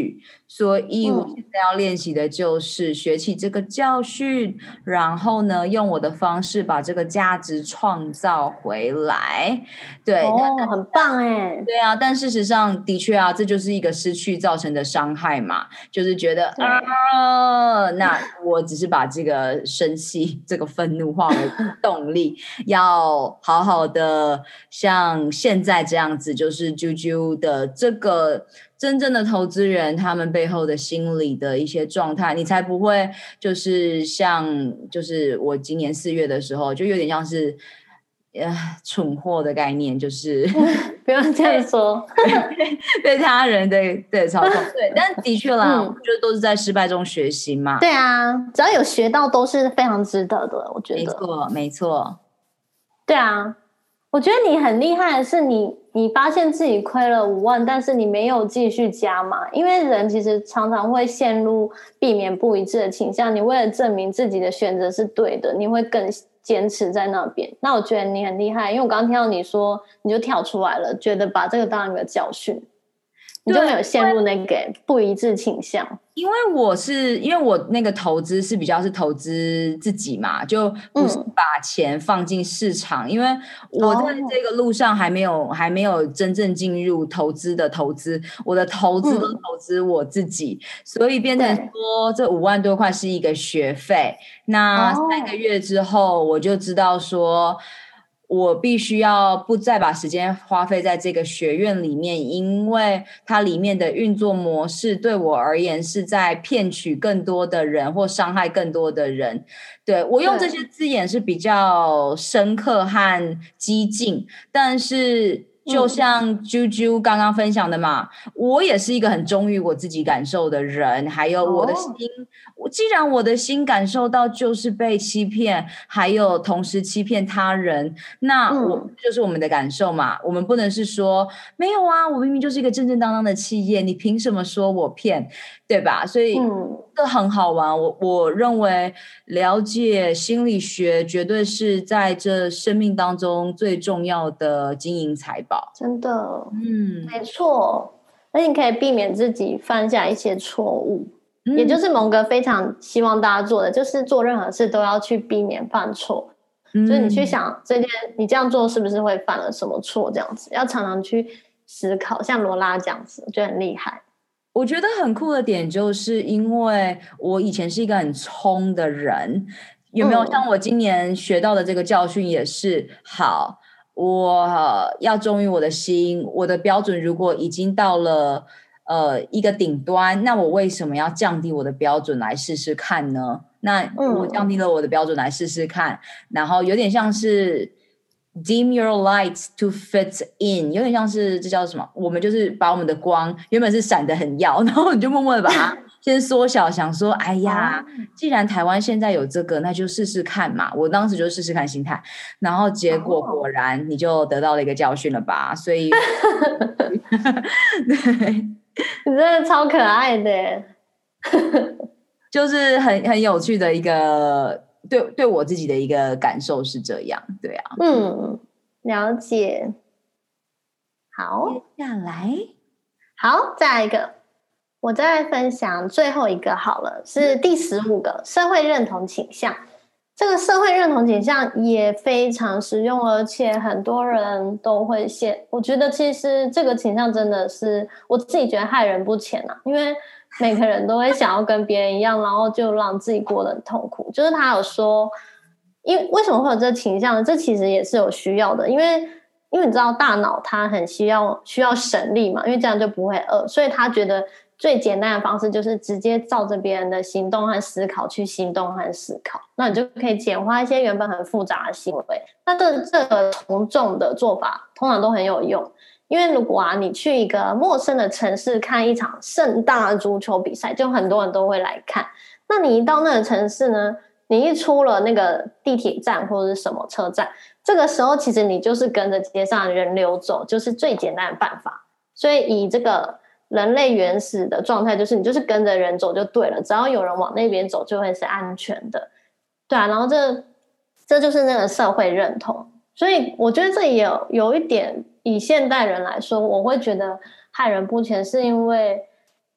所以我现在要练习的就是学起这个教训，然后呢，用我的方式把这个价值创造回来。对， 很棒哎。 对啊，但事实上的确啊，这就是一个失去造成的伤害嘛，就是觉得那我只是把这个生气、这个愤怒化为动力，要好好的像现在这样子，就是啾啾的这个真正的投资人，他们背后的心理的一些状态，你才不会就是像就是我今年4月的时候，就有点像是蠢货的概念，就是不用这样说， 被他人的操控。对，但的确啦，我觉得都是在失败中学习嘛。 对啊，只要有学到都是非常值得的，我觉得。 没错，没错。 对啊，我觉得你很厉害的是你发现自己亏了5万，但是你没有继续加码，因为人其实常常会陷入避免不一致的倾向，你为了证明自己的选择是对的，你会更坚持在那边。那我觉得你很厉害，因为我刚刚听到你说你就跳出来了，觉得把这个当一个教训，你就没有陷入那个不一致倾向。 因为我那个投资是比较是投资自己嘛，就不是把钱放进市场，因为我在这个路上还没有真正进入投资的投资，我的投资都投资我自己，所以变成说这5万多块是一个学费。那3个月之后，我就知道说，我必须要不再把时间花费在这个学院里面，因为它里面的运作模式对我而言是在骗取更多的人或伤害更多的人。对，我用这些字眼是比较深刻和激进，但是就像啾啾刚刚分享的嘛，我也是一个很忠于我自己感受的人，还有我的心，既然我的心感受到就是被欺骗，还有同时欺骗他人，那就是我们的感受嘛。我们不能是说没有啊，我明明就是一个正正当当的企业，你凭什么说我骗，对吧？所以这很好玩。我认为了解心理学绝对是在这生命当中最重要的金银财宝。 真的，没错。而且你可以避免自己犯下一些错误。也就是蒙哥非常希望大家做的，就是做任何事都要去避免犯错。就是你去想你这样做是不是会犯了什么错，这样子要常常去思考。像罗拉这样子，我觉得很厉害。 我觉得很酷的点就是因为我以前是一个很冲的人，有没有像我今年学到的这个教训也是好，我要忠于我的心，我的标准如果已经到了一个顶端，那我为什么要降低我的标准来试试看呢？那我降低了我的标准来试试看，然后有点像是 dim your lights to fit in， 有点像是这叫什么？我们就是把我们的光原本是闪得很耀，然后你就默默的把它先缩小，想说哎呀，既然台湾现在有这个，那就试试看嘛。我当时就试试看心态，然后结果果然你就得到了一个教训了吧？所以对。 你真的超可爱的就是很有趣的一个对我自己的一个感受是这样。对啊， 了解。好， 接下来再来一个，我再分享最后一个好了，是第15个社会认同倾向。这个社会认同倾向也非常实用，而且很多人都会我觉得其实这个倾向真的是我自己觉得害人不浅啊，因为每个人都会想要跟别人一样，然后就让自己过得很痛苦。就是他有说，为什么会有这个倾向呢？这其实也是有需要的，因为你知道大脑它很需要省力嘛，因为这样就不会饿，所以他觉得最简单的方式就是直接照着别人的行动和思考去行动和思考，那你就可以简化一些原本很复杂的行为。那这个从众的做法通常都很有用，因为如果你去一个陌生的城市看一场盛大的足球比赛，就很多人都会来看。那你一到那个城市呢，你一出了那个地铁站或者是什么车站，这个时候其实你就是跟着街上的人流走，就是最简单的办法。所以以这个人类原始的状态，就是你就是跟着人走就对了，只要有人往那边走就会是安全的。对啊，然后这就是那个社会认同。所以我觉得这也有一点，以现代人来说，我会觉得害人不浅，是因为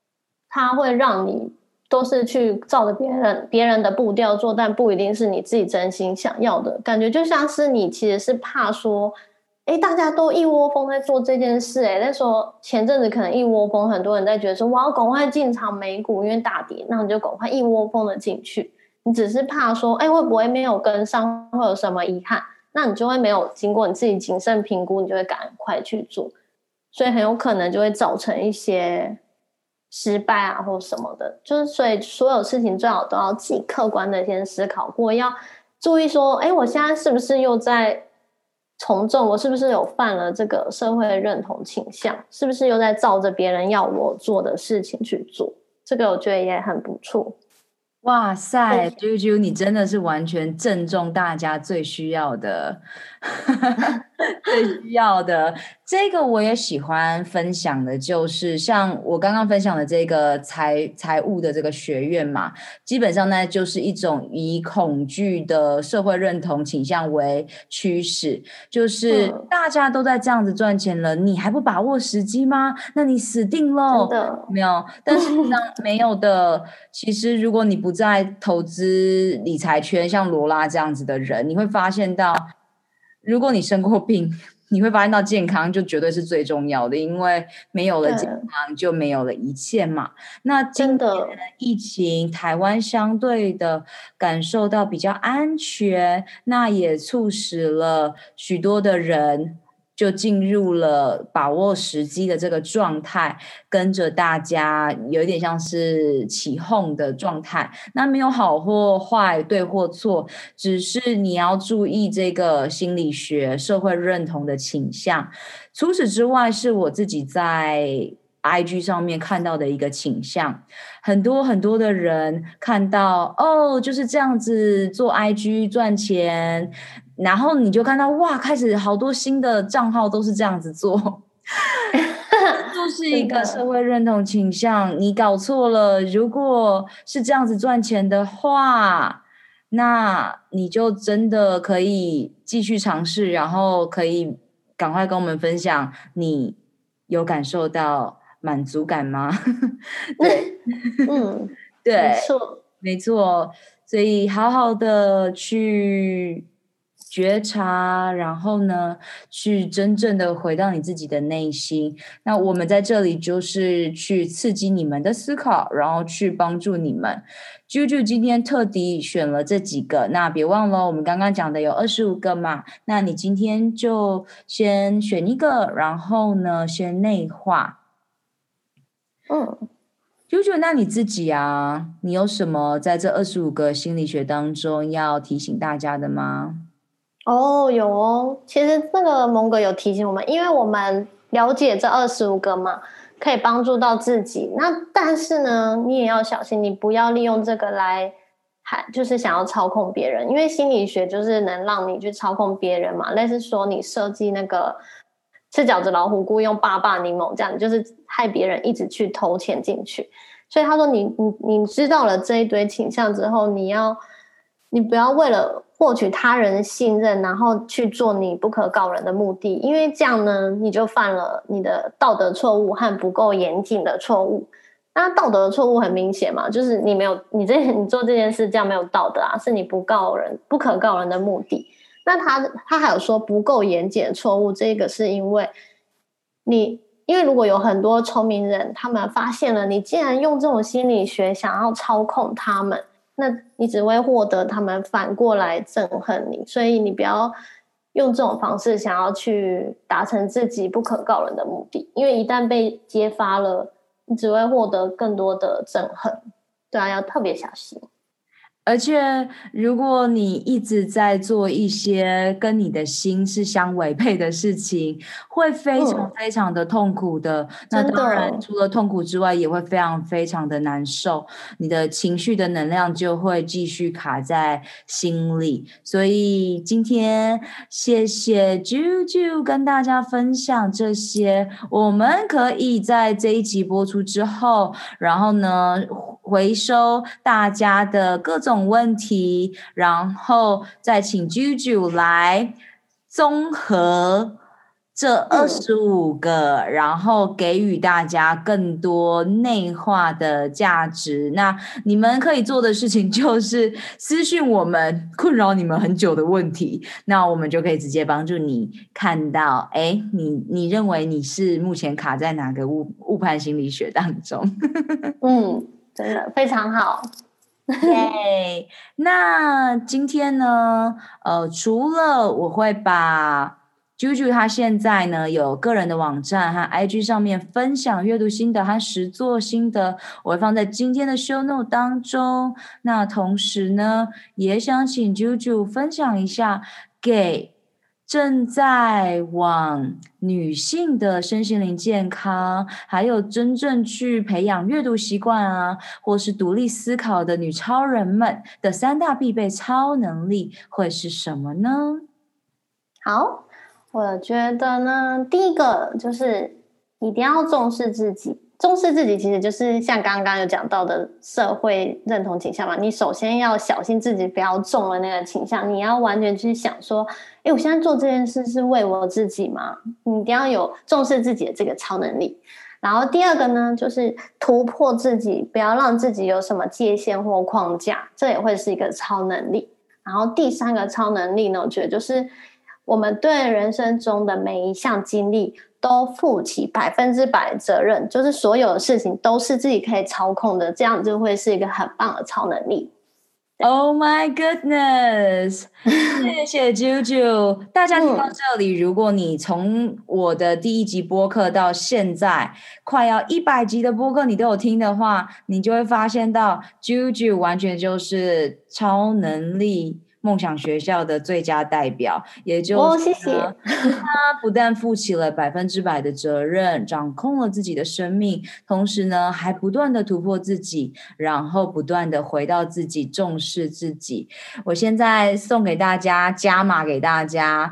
它会让你都是去照着别人的步调做，但不一定是你自己真心想要的感觉，就像是你其实是怕说大家都一窝蜂在做这件事，那时候前阵子可能一窝蜂，很多人在觉得说我要赶快进场美股，因为大跌，那你就赶快一窝蜂的进去。你只是怕说会不会没有跟上，会有什么遗憾，那你就会没有经过你自己谨慎评估，你就会赶快去做，所以很有可能就会造成一些失败啊或什么的。就是所以所有事情最好都要自己客观的先思考过，要注意说我现在是不是又在从众，我是不是有犯了这个社会认同倾向，是不是又在照着别人要我做的事情去做，这个我觉得也很不错。 哇塞，啾啾，你真的是完全正中大家最需要的最需要的。这个我也喜欢分享的，就是像我刚刚分享的这个财务的这个学院嘛，基本上呢就是一种以恐惧的社会认同倾向为趋势，就是大家都在这样子赚钱了，你还不把握时机吗？那你死定了。 真的没有，但是没有的。其实如果你不在投资理财圈，像罗拉这样子的人，你会发现到，如果你生过病，你会发现到健康就绝对是最重要的，因为没有了健康就没有了一切嘛。那今年疫情，台湾相对的感受到比较安全，那也促使了许多的人就进入了把握时机的这个状态，跟着大家有一点像是起哄的状态。那没有好或坏，对或错，只是你要注意这个心理学社会认同的倾向。除此之外，是我自己在IG 上面看到的一个倾向，很多很多的人看到就是这样子做 IG 赚钱，然后你就看到哇，开始好多新的账号都是这样子做就是一个社会认同倾向。你搞错了，如果是这样子赚钱的话，那你就真的可以继续尝试，然后可以赶快跟我们分享你有感受到满足感吗？对对，没错，所以好好的去觉察，然后呢去真正的回到你自己的内心。那我们在这里就是去刺激你们的思考，然后去帮助你们。啾今天特地选了这几个，那别忘了我们刚刚讲的有25个嘛，那你今天就先选一个，然后呢先内化。啾，那你自己啊，你有什么在这25个心理学当中要提醒大家的吗？ 有哦，其实这个蒙哥有提醒我们，因为我们了解这25个嘛，可以帮助到自己。那但是呢，你也要小心，你不要利用这个来就是想要操控别人，因为心理学就是能让你去操控别人嘛。类似说你设计那个吃饺子老虎故意用爸爸柠檬这样，就是害别人一直去投钱进去。所以他说你知道了这一堆倾向之后，你不要为了获取他人的信任，然后去做你不可告人的目的，因为这样呢，你就犯了你的道德错误和不够严谨的错误。那道德错误很明显嘛，就是你做这件事这样没有道德啊，是你不可告人的目的。那他还有说不够严谨的错误，这个是因为如果有很多聪明人，他们发现了你竟然用这种心理学想要操控他们，那你只会获得他们反过来憎恨你。所以你不要用这种方式想要去达成自己不可告人的目的，因为一旦被揭发了，你只会获得更多的憎恨。对啊，要特别小心。 而且如果你一直在做一些跟你的心是相违背的事情，会非常非常的痛苦的。那当然除了痛苦之外，也会非常非常的难受，你的情绪的能量就会继续卡在心里。所以今天谢谢啾跟大家分享这些，我们可以在这一集播出之后，然后呢回收大家的各种问题，然后再请啾来综合这25个，然后给予大家更多内化的价值。那你们可以做的事情就是私讯我们困扰你们很久的问题，那我们就可以直接帮助你看到，你认为你是目前卡在哪个误判心理学当中。 真的非常好。 对，那今天呢，除了我会把Juju 他现在呢有个人的网站和 IG 上面分享阅读心得和实作心得，我会放在今天的 show note 当中。那同时呢，也想请 Juju 分享一下给正在往女性的身心灵健康，还有真正去培养阅读习惯啊，或是独立思考的女超人们的3大必备超能力会是什么呢？ 好，我觉得呢，第一个就是一定要重视自己。重视自己其实就是像刚刚有讲到的社会认同倾向嘛，你首先要小心自己不要中了那个倾向，你要完全去想说，我现在做这件事是为我自己吗？你一定要有重视自己的这个超能力。然后第二个呢，就是突破自己，不要让自己有什么界限或框架，这也会是一个超能力。然后第3个超能力呢，我觉得就是我们对人生中的每一项经历都负起100%的责任，就是所有的事情都是自己可以操控的，这样就会是一个很棒的超能力。 Oh my goodness 谢谢 Juju 大家听到这里，如果你从我的第1集播客到现在快要100集的播客你都有听的话，你就会发现到 Juju 完全就是超能力梦想学校的最佳代表，也就是谢谢他不但负起了100%的责任，掌控了自己的生命，同时呢还不断的突破自己，然后不断的回到自己，重视自己。我现在送给大家，加码给大家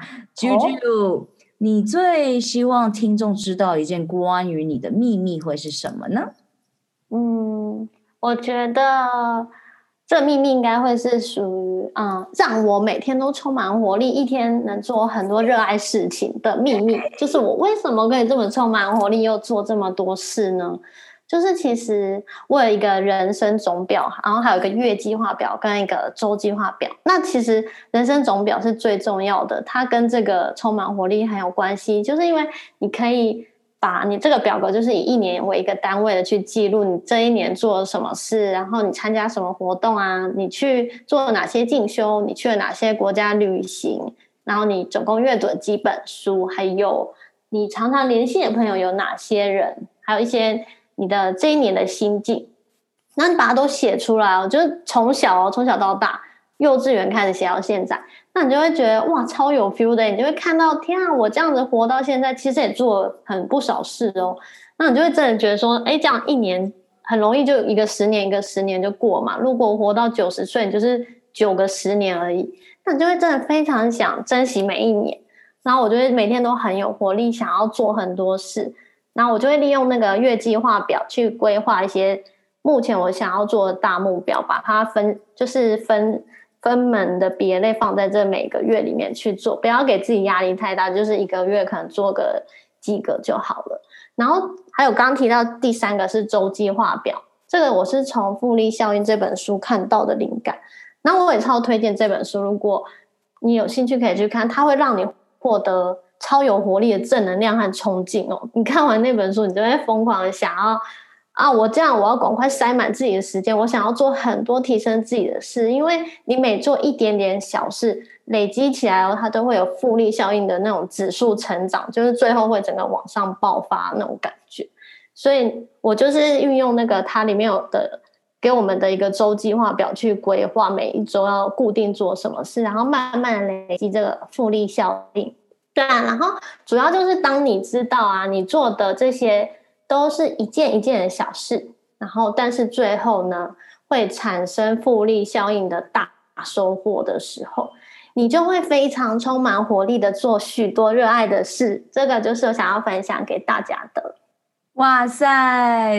，Juju你最希望听众知道一件关于你的秘密会是什么呢？ 我觉得这秘密应该会是属于让我每天都充满活力，一天能做很多热爱事情的秘密。就是我为什么可以这么充满活力又做这么多事呢？就是其实我有一个人生总表，然后还有一个月计划表跟一个周计划表。那其实人生总表是最重要的，它跟这个充满活力很有关系，就是因为你可以把你这个表格就是以1年为一个单位的去记录你这1年做了什么事，然后你参加什么活动啊，你去做了哪些进修，你去了哪些国家旅行，然后你总共阅读了几本书，还有你常常联系的朋友有哪些人，还有一些你的这1年的心境，那你把它都写出来哦，就是从小到大，幼稚园开始写到现在，那你就会觉得哇超有 feel 的，你就会看到天啊，我这样子活到现在其实也做了很不少事哦，那你就会真的觉得说这样1年很容易就一个10年一个10年就过嘛，如果活到90岁你就是9个10年而已，那你就会真的非常想珍惜每1年，然后我就会每天都很有活力，想要做很多事，然后我就会利用那个月计划表去规划一些目前我想要做的大目标，把它分门的别类放在这每个月里面去做，不要给自己压力太大，就是1个月可能做个几个就好了。然后还有刚刚提到第3个是周计划表，这个我是从《复利效应》这本书看到的灵感，然后我也超推荐这本书，如果你有兴趣可以去看，它会让你获得超有活力的正能量和冲劲哦！你看完那本书，你就会疯狂的想要我这样我要赶快塞满自己的时间，我想要做很多提升自己的事，因为你每做一点点小事累积起来它都会有复利效应的那种指数成长，就是最后会整个往上爆发那种感觉。所以我就是运用那个它里面有的给我们的一个周计划表去规划每一周要固定做什么事，然后慢慢累积这个复利效应。对啊，然后主要就是当你知道你做的这些都是一件一件的小事，然后但是最后呢会产生复利效应的大收获的时候，你就会非常充满活力的做许多热爱的事。这个就是我想要分享给大家的。 哇塞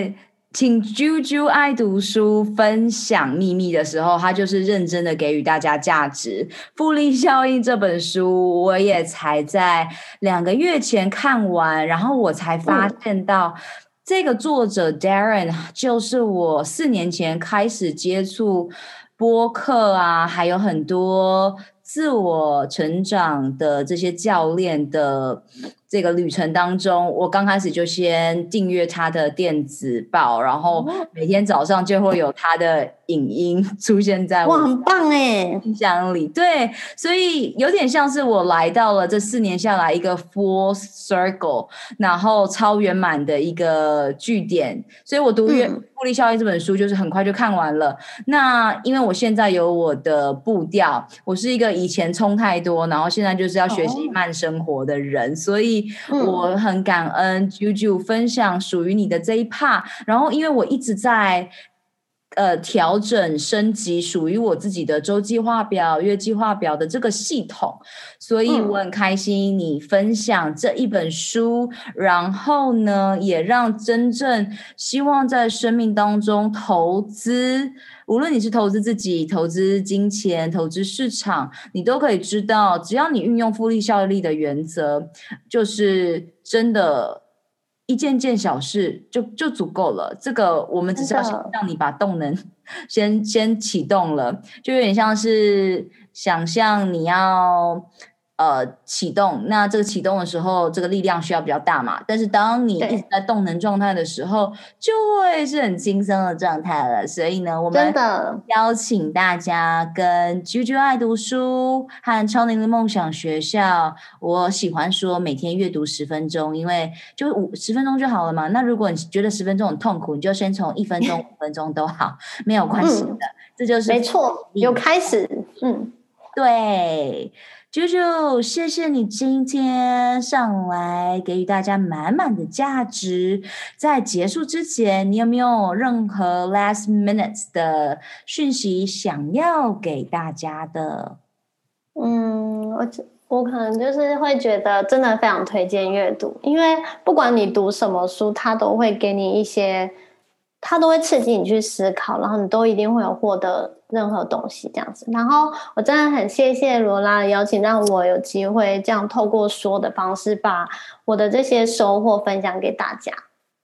请啾啾爱读书分享秘密的时候，他就是认真的给予大家价值。复利效应这本书我也才在2个月前看完，然后我才发现到这个作者 Darren 就是我4年前开始接触播客啊，还有很多自我成长的这些教练的这个旅程当中，我刚开始就先订阅他的电子报，然后每天早上就会有他的影音出现在我很棒耶印象里。对，所以有点像是我来到了这4年下来一个 full circle， 然后超圆满的一个据点。所以我读复利效应这本书就是很快就看完了。那因为我现在有我的步调，我是一个以前冲太多，然后现在就是要学习慢生活的人，所以我很感恩啾啾分享属于你的这一 part。 然后因为我一直在调整升级属于我自己的周计划表、月计划表的这个系统，所以我很开心你分享这一本书，然后呢也让真正希望在生命当中投资，无论你是投资自己、投资金钱、投资市场，你都可以知道，只要你运用复利效力的原则，就是真的一件件小事就足够了。这个我们只是要先让你把动能先启动了，就有点像是想象你要启动，那这个启动的时候这个力量需要比较大嘛，但是当你一直在动能状态的时候就会是很轻松的状态了。所以呢我们邀请大家跟啾啾爱读书和超能力梦想学校，我喜欢说每天阅读10分钟，因为就10分钟就好了嘛。那如果你觉得10分钟很痛苦，你就先从1分钟5分钟都好，没有关系的，这就是没错，有开始。 对，啾啾，谢谢你今天上来给予大家满满的价值。在结束之前，你有没有任何 last minutes 的讯息想要给大家的？ 我可能就是会觉得真的非常推荐阅读，因为不管你读什么书，它都会给你一些，它都会刺激你去思考，然后你都一定会有获得任何东西这样子。然后我真的很谢谢罗拉的邀请，让我有机会这样透过说的方式把我的这些收获分享给大家。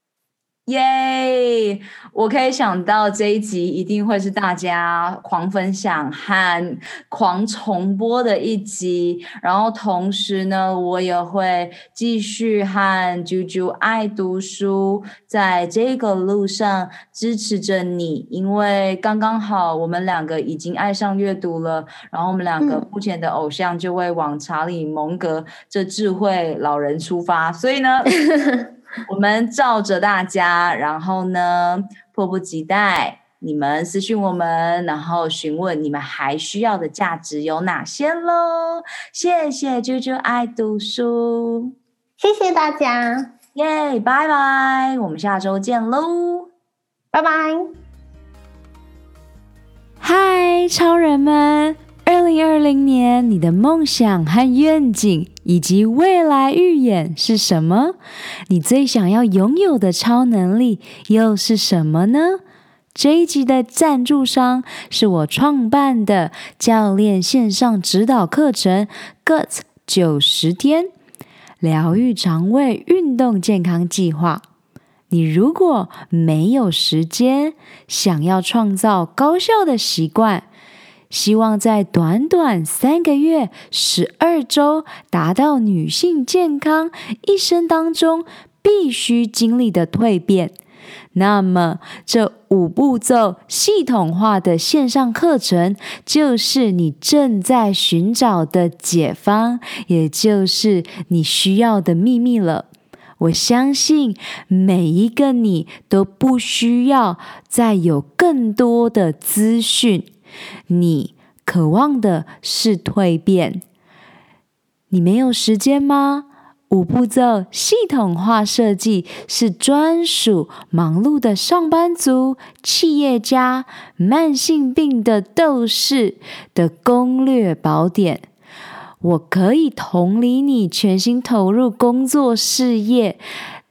耶！我可以想到这一集一定会是大家狂分享和狂重播的一集，然后同时呢我也会继续和啾啾爱读书在这个路上支持着你，因为刚刚好我们2个已经爱上阅读了，然后我们2个目前的偶像就会往查理蒙格这智慧老人出发，所以呢我们照着大家，然后呢迫不及待你们私讯我们，然后询问你们还需要的价值有哪些咯。谢谢啾啾爱读书， 谢谢大家， 耶，拜拜，我们下周见咯， 拜拜。 嗨，超人们，2020年你的梦想和愿景以及未来预演是什么？你最想要拥有的超能力又是什么呢？这一集的赞助商是我创办的教练线上指导课程 GUTS 90天疗愈肠胃运动健康计划。你如果没有时间，想要创造高效的习惯，希望在短短3个月12周达到女性健康一生当中必须经历的蜕变，那么这5步骤系统化的线上课程就是你正在寻找的解方，也就是你需要的秘密了。我相信每一个你都不需要再有更多的资讯，你渴望的是蜕变。你没有时间吗？5步骤系统化设计是专属忙碌的上班族、企业家、慢性病的斗士的攻略宝典。我可以同理你全心投入工作事业，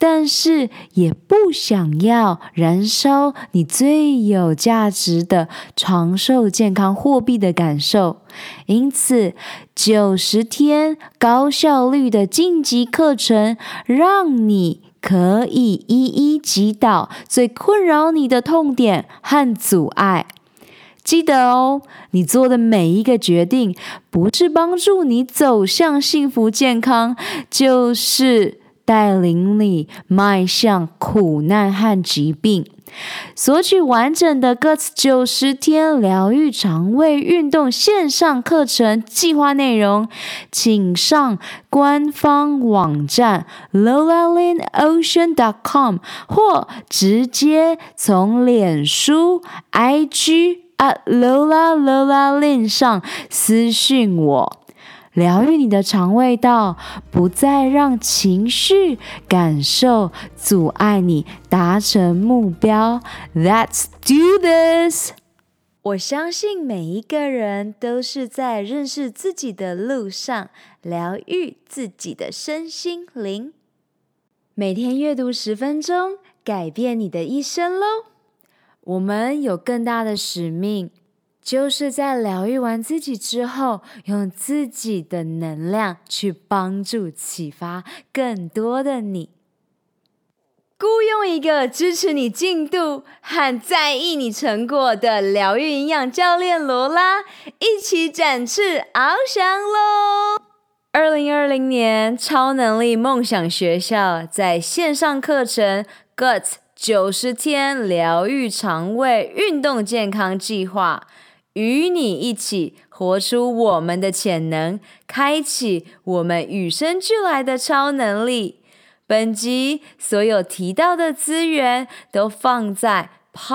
但是也不想要燃烧你最有价值的长寿健康货币的感受。因此90天高效率的晋级课程，让你可以一一击倒最困扰你的痛点和阻碍。记得哦，你做的每一个决定，不是帮助你走向幸福健康，就是带领你迈向苦难和疾病。索取完整的 Guts 90天疗愈肠胃运动线上课程计划内容，请上官方网站 lolalineocean.com 或直接从脸书 IG @LolaLolaLin 上私讯我。疗愈你的肠胃道，不再让情绪感受阻碍你达成目标。Let's do this！ 我相信每一个人都是在认识自己的路上，疗愈自己的身心灵。每天阅读10分钟，改变你的一生咯。我们有更大的使命，就是在疗愈完自己之后，用自己的能量去帮助启发更多的你。雇佣一个支持你进度和在意你成果的疗愈营养教练罗拉，一起展翅翱翔咯。2020年超能力梦想学校在线上课程 Guts 90天疗愈肠胃运动健康计划，与你一起活出我们的潜能，开启我们与生俱来的超能力。本集所有提到的资源都放在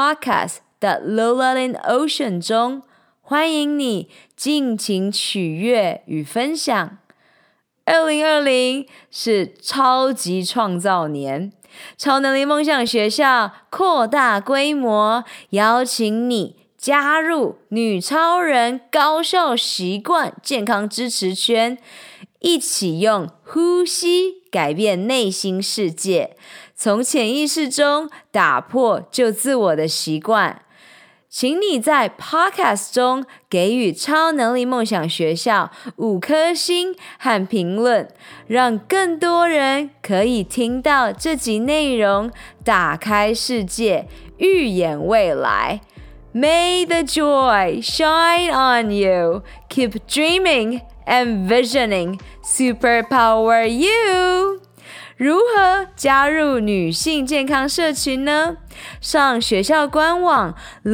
podcast.lolalineocean 中，欢迎你尽情取阅与分享。2020是超级创造年，超能力梦想学校扩大规模，邀请你加入女超人高效习惯健康支持圈，一起用呼吸改变内心世界，从潜意识中打破旧自我的习惯。请你在 Podcast 中给予超能力梦想学校5颗星和评论，让更多人可以听到这集内容，打开世界，预演未来。May the joy shine on you. Keep dreaming and visioning. Superpower you. 如何加入女性健康社群呢？上学校官网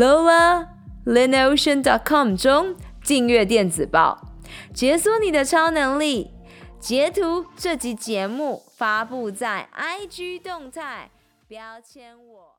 lolalineocean.com 中订阅电子报，解锁你的超能力。截图这集节目发布在 IG 动态，标签我。